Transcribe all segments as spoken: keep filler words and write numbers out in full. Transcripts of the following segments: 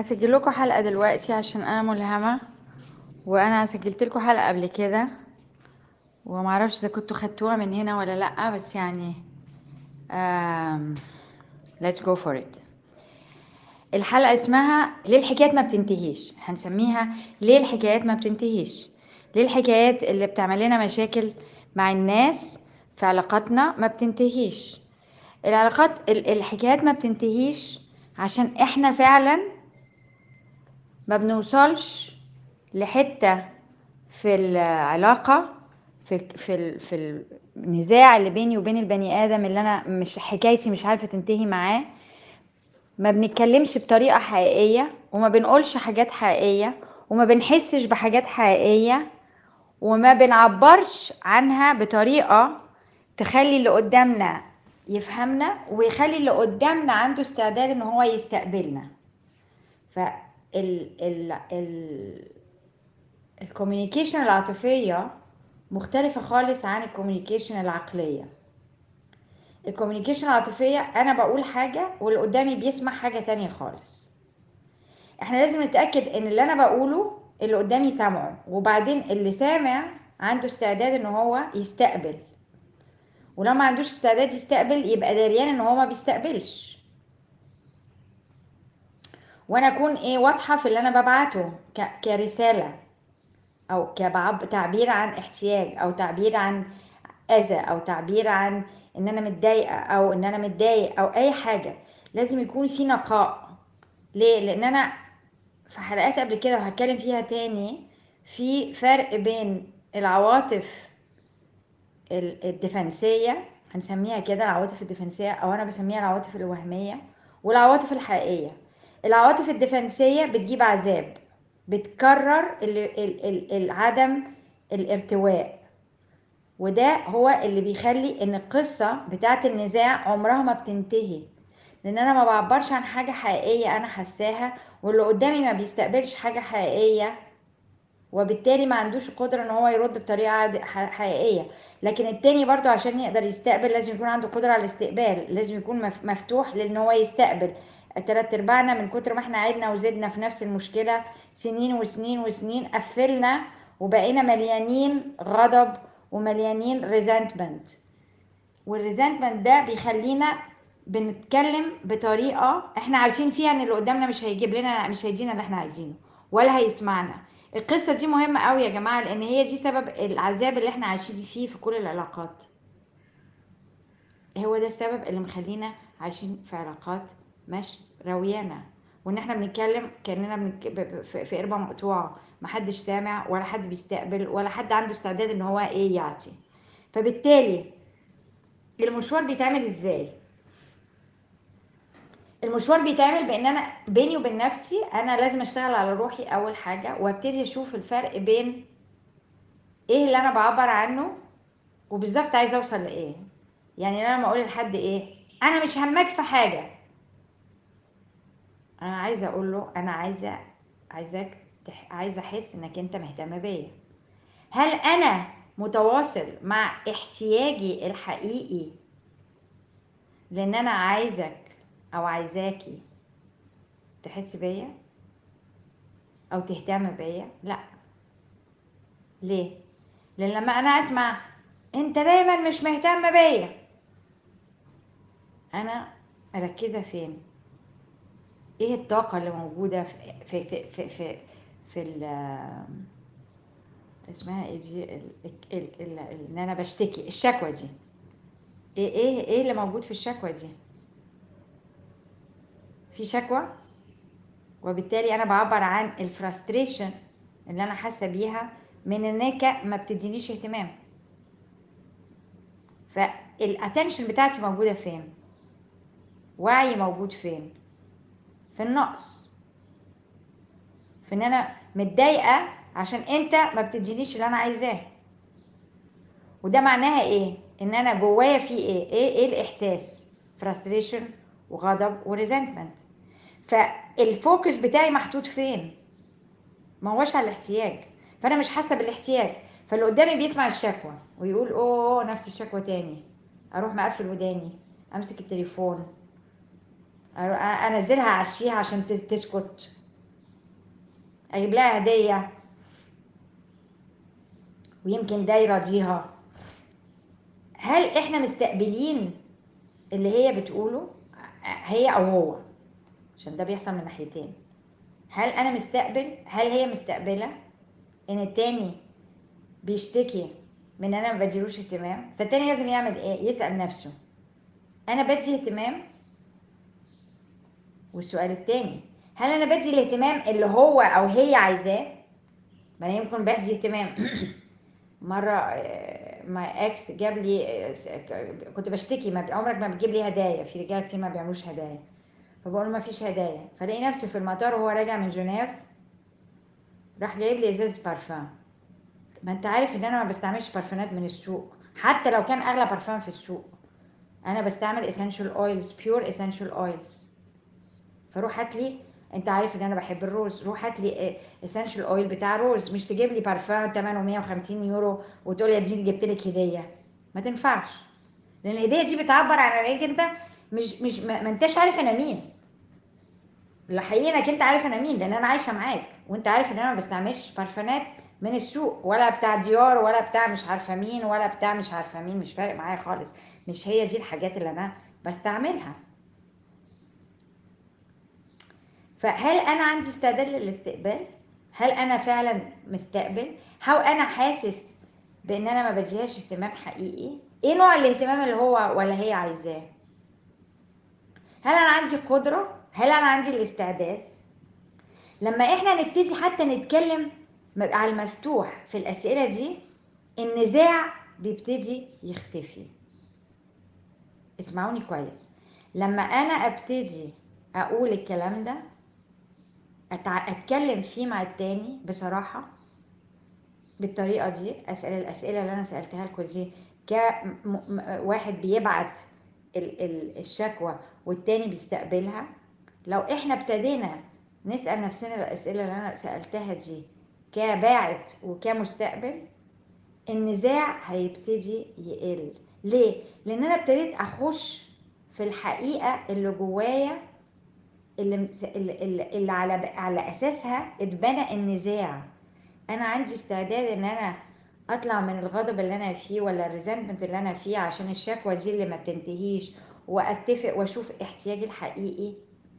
هسجل لكم حلقة دلوقتي عشان انا ملهمة، وانا سجلت لكم حلقة قبل كده ومعرفش اذا كنتوا خدتوها من هنا ولا لا، بس يعني um, let's go for it. الحلقة اسمها ليه الحكايات ما بتنتهيش. هنسميها ليه الحكايات ما بتنتهيش. ليه الحكايات اللي بتعمل لنا مشاكل مع الناس في علاقاتنا ما بتنتهيش. العلاقات الحكايات ما بتنتهيش عشان احنا فعلا ما بنوصلش لحتة في العلاقة، في في في النزاع اللي بيني وبين البني آدم اللي أنا مش حكايتي مش عارفة تنتهي معاه. ما بنتكلمش بطريقة حقيقية، وما بنقولش حاجات حقيقية، وما بنحسش بحاجات حقيقية، وما بنعبرش عنها بطريقة تخلي اللي قدامنا يفهمنا ويخلي اللي قدامنا عنده استعداد ان هو يستقبلنا. فال ال ال الكوميونيكيشن العاطفية مختلفة خالص عن الكوميونيكيشن العقلية. الكوميونيكيشن العاطفية أنا بقول حاجة واللي قدامي بيسمع حاجة تانية خالص. احنا لازم نتأكد ان اللي أنا بقوله اللي قدامي سامعه، وبعدين اللي سامع عنده استعداد ان هو يستقبل. ولو ما عندوش استعداد يستقبل يبقى دريان ان هو ما بيستقبلش، وانا اكون ايه واضحة في اللي انا ببعته كرسالة، او كتعبير عن احتياج، او تعبير عن اذى، او تعبير عن ان انا متضايقه او ان انا متضايق او اي حاجه. لازم يكون في نقاء. ليه؟ لان انا في حلقات قبل كده وهتكلم فيها تاني في فرق بين العواطف الدفنسيه، هنسميها كده العواطف الدفنسيه، او انا بسميها العواطف الوهميه، والعواطف الحقيقيه. العواطف الدفنسيه بتجيب عذاب، بتكرر العدم الارتواء، وده هو اللي بيخلي ان القصة بتاعت النزاع عمرها ما بتنتهي، لان انا ما بعبرش عن حاجة حقيقية انا حساها، واللي قدامي ما بيستقبلش حاجة حقيقية، وبالتالي ما عندوش القدرة ان هو يرد بطريقة حقيقية. لكن التاني برضو عشان يقدر يستقبل لازم يكون عنده قدرة على الاستقبال، لازم يكون مفتوح لان هو يستقبل. تلات ارباعنا من كتر ما احنا عدنا وزدنا في نفس المشكلة سنين وسنين وسنين قفلنا وبقينا مليانين غضب ومليانين ريزنتمنت. والريزنتمنت ده بيخلينا بنتكلم بطريقة احنا عارفين فيها ان اللي قدامنا مش هيجيب لنا، مش هيدينا اللي احنا عايزينه ولا هيسمعنا. القصة دي مهمة قوي يا جماعة، لان هي دي سبب العذاب اللي احنا عايشين فيه في كل العلاقات. هو ده السبب اللي مخلينا عايشين في علاقات مش رويانة، وان احنا بنتكلم كأننا بنك... في قربة مقطوعة، محدش سامع ولا حد بيستقبل ولا حد عنده استعداد ان هو ايه يعطي. فبالتالي المشوار بيتعمل ازاي؟ المشوار بيتعمل بان انا بيني وبين نفسي انا لازم اشتغل على روحي اول حاجة، وابتدي اشوف الفرق بين ايه اللي انا بعبر عنه وبالظبط عايزه اوصل لايه. يعني انا لما اقول لحد ايه انا مش همك في حاجة، انا عايزه اقول له انا عايزه عايزاك تح... عايزه احس انك انت مهتم بيا. هل انا متواصل مع احتياجي الحقيقي لان انا عايزك او عايزاكي تحس بيا او تهتم بيا؟ لا. ليه؟ لان لما انا اسمع انت دايما مش مهتم بيا، انا مركزه فين؟ ايه الطاقه اللي موجوده في في في في في, في ال اسمها ايه دي ال- ال- ال- ال- ان انا بشتكي الشكوى دي. ايه ايه ايه اللي موجود في الشكوى دي؟ في شكوى، وبالتالي انا بعبر عن الفراستريشن اللي انا حاسه بيها من انك ما بتدينيش اهتمام. فالاتنشن بتاعتي موجوده فين؟ وعي موجود فين؟ في النقص، في ان انا متضايقه عشان انت ما بتدينيش اللي انا عايزاه. وده معناها ايه؟ ان انا جوايا في ايه ايه ايه الاحساس؟ فرستريشن وغضب وريزنتمنت. فالفوكس بتاعي محطوط فين؟ ما هوش على الاحتياج، فانا مش حاسه بالاحتياج. فاللي قدامي بيسمع الشكوى ويقول اوه نفس الشكوى تاني، اروح مقفل وداني، امسك التليفون، أروح انزلها اعشيها عشان تسكت. اجيب لها هديه ويمكن ده يراضيها. هل احنا مستقبلين اللي هي بتقوله، هي او هو، عشان ده بيحصل من ناحيتين؟ هل انا مستقبل، هل هي مستقبله ان التاني بيشتكي من انا ما بديلوش اهتمام؟ فالتاني لازم يعمل ايه؟ يسأل نفسه انا بدي اهتمام؟ والسؤال التاني، هل انا بدي الاهتمام اللي هو او هي عايزاه؟ ما انا يمكن بدي اهتمام. مره ما اكس جاب لي، كنت بشتكي ما عمرك ما بتجيب لي هدايا، في رجاله كتير ما بيعملوش هدايا، فبقول له ما فيش هدايا، فلاقي نفسي في المطار وهو راجع من جنيف راح جايب لي ازاز بارفان. ما انت عارف ان انا ما بستعملش بارفانات من السوق، حتى لو كان اغلى بارفان في السوق انا بستعمل اسينشال اويلز، بيور اسينشال اويلز. فروح هات لي، انت عارف ان انا بحب الروز، روح هات لي اسينشال اويل بتاع روز، مش تجيب لي بارفان ثمنه مية وخمسين يورو وتقول لي دي اللي جبت لك هديه. ما تنفعش، لان الهديه دي بتعبر عن انك انت مش مش ما, ما انتش عارف انا مين. الحقيقه انك انت عارف انا مين، لان انا عايشه معاك وانت عارف ان انا ما بستعملش بارفانات من السوق، ولا بتاع ديور ولا بتاع مش عارفه مين ولا بتاع مش عارفه مين، مش فارق معايا خالص، مش هي دي الحاجات اللي انا بستعملها. فهل انا عندي استعداد للاستقبال؟ هل انا فعلا مستقبل؟ هل انا حاسس بان انا ما بديهاش اهتمام حقيقي؟ ايه نوع الاهتمام اللي هو ولا هي عايزاه؟ هل انا عندي قدرة؟ هل انا عندي الاستعداد؟ لما احنا نبتدي حتى نتكلم على المفتوح في الاسئلة دي، النزاع بيبتدي يختفي. اسمعوني كويس، لما انا ابتدي اقول الكلام ده، اتكلم فيه مع التاني بصراحة بالطريقة دي، اسأل الاسئلة اللي انا سألتها لكم دي كواحد بيبعت الشكوى والتاني بيستقبلها. لو احنا ابتدينا نسأل نفسنا الاسئلة اللي انا سألتها دي كباعت وكمستقبل، النزاع هيبتدي يقل. ليه؟ لان انا ابتديت اخش في الحقيقة اللي جوايا، اللي, اللي, اللي على على اساسها اتبنى النزاع. انا عندي استعداد ان انا اطلع من الغضب اللي انا فيه ولا الريزنتمنت اللي انا فيه عشان الشكوى دي اللي ما بتنتهيش، واتفق واشوف احتياجي الحقيقي.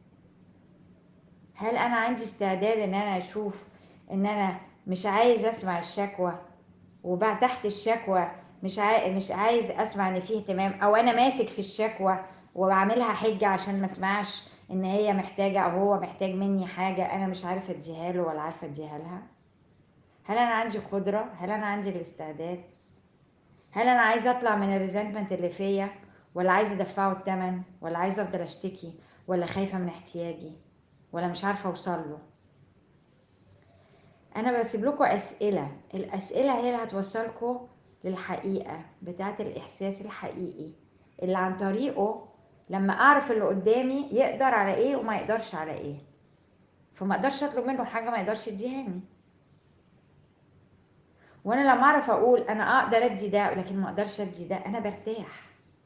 هل انا عندي استعداد ان انا اشوف ان انا مش عايز اسمع الشكوى، وبعد تحت الشكوى مش عايز مش عايز اسمع ان فيه اهتمام، او انا ماسك في الشكوى وبعملها حجة عشان ما اسمعش ان هي محتاجة او هو محتاج مني حاجة انا مش عارفة اديها له ولا عارفة اديها لها؟ هل انا عندي قدرة؟ هل انا عندي الاستعداد؟ هل انا عايزة اطلع من الريزنتمنت اللي فيا، ولا عايزة ادفعه الثمن، ولا عايزة افضل اشتكي، ولا خايفة من احتياجي، ولا مش عارفة اوصل له؟ انا بسيب لكم اسئلة، الاسئلة هي اللي هتوصلكم للحقيقة بتاعة الاحساس الحقيقي اللي عن طريقه لما اعرف اللي قدامي يقدر على ايه وما يقدرش على ايه، فما اقدرش اطلب منه حاجة ما يقدرش يديهاني. وانا لما اعرف اقول انا اقدر ادي ده لكن ما اقدرش ادي ده، انا برتاح،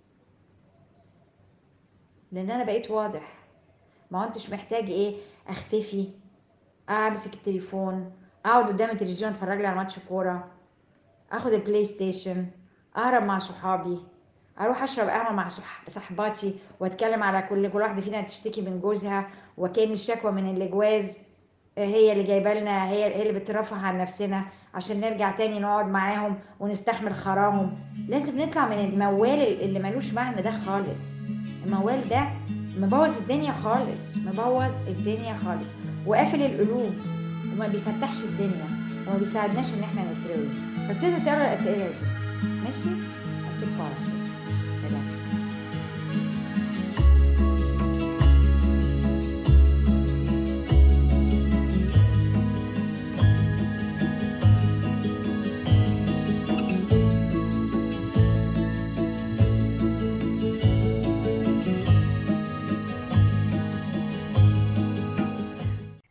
لان انا بقيت واضح. ما انتش محتاج ايه اختفي، امسك التليفون، اقعد قدام التلفزيون اتفرج لي على ماتش كوره، اخد البلاي ستيشن، اهرب مع صحابي، اروح اشرب قهوه مع صحباتي واتكلم على كل كل واحده فينا تشتكي من جوزها، وكان الشكوى من اللي جواز هي اللي جايبه لنا، هي هي اللي بترفه عن نفسنا عشان نرجع تاني نقعد معاهم ونستحمل خراهم. لازم نطلع من الموال اللي ملوش معنى ده خالص. الموال ده مبوظ الدنيا خالص، مبوظ الدنيا خالص وقافل القلوب وما بيفتحش الدنيا وما بيساعدناش ان احنا نتروي. فابتدوا تسألوا الاسئله دي. ماشي؟ هسيبكم على خير.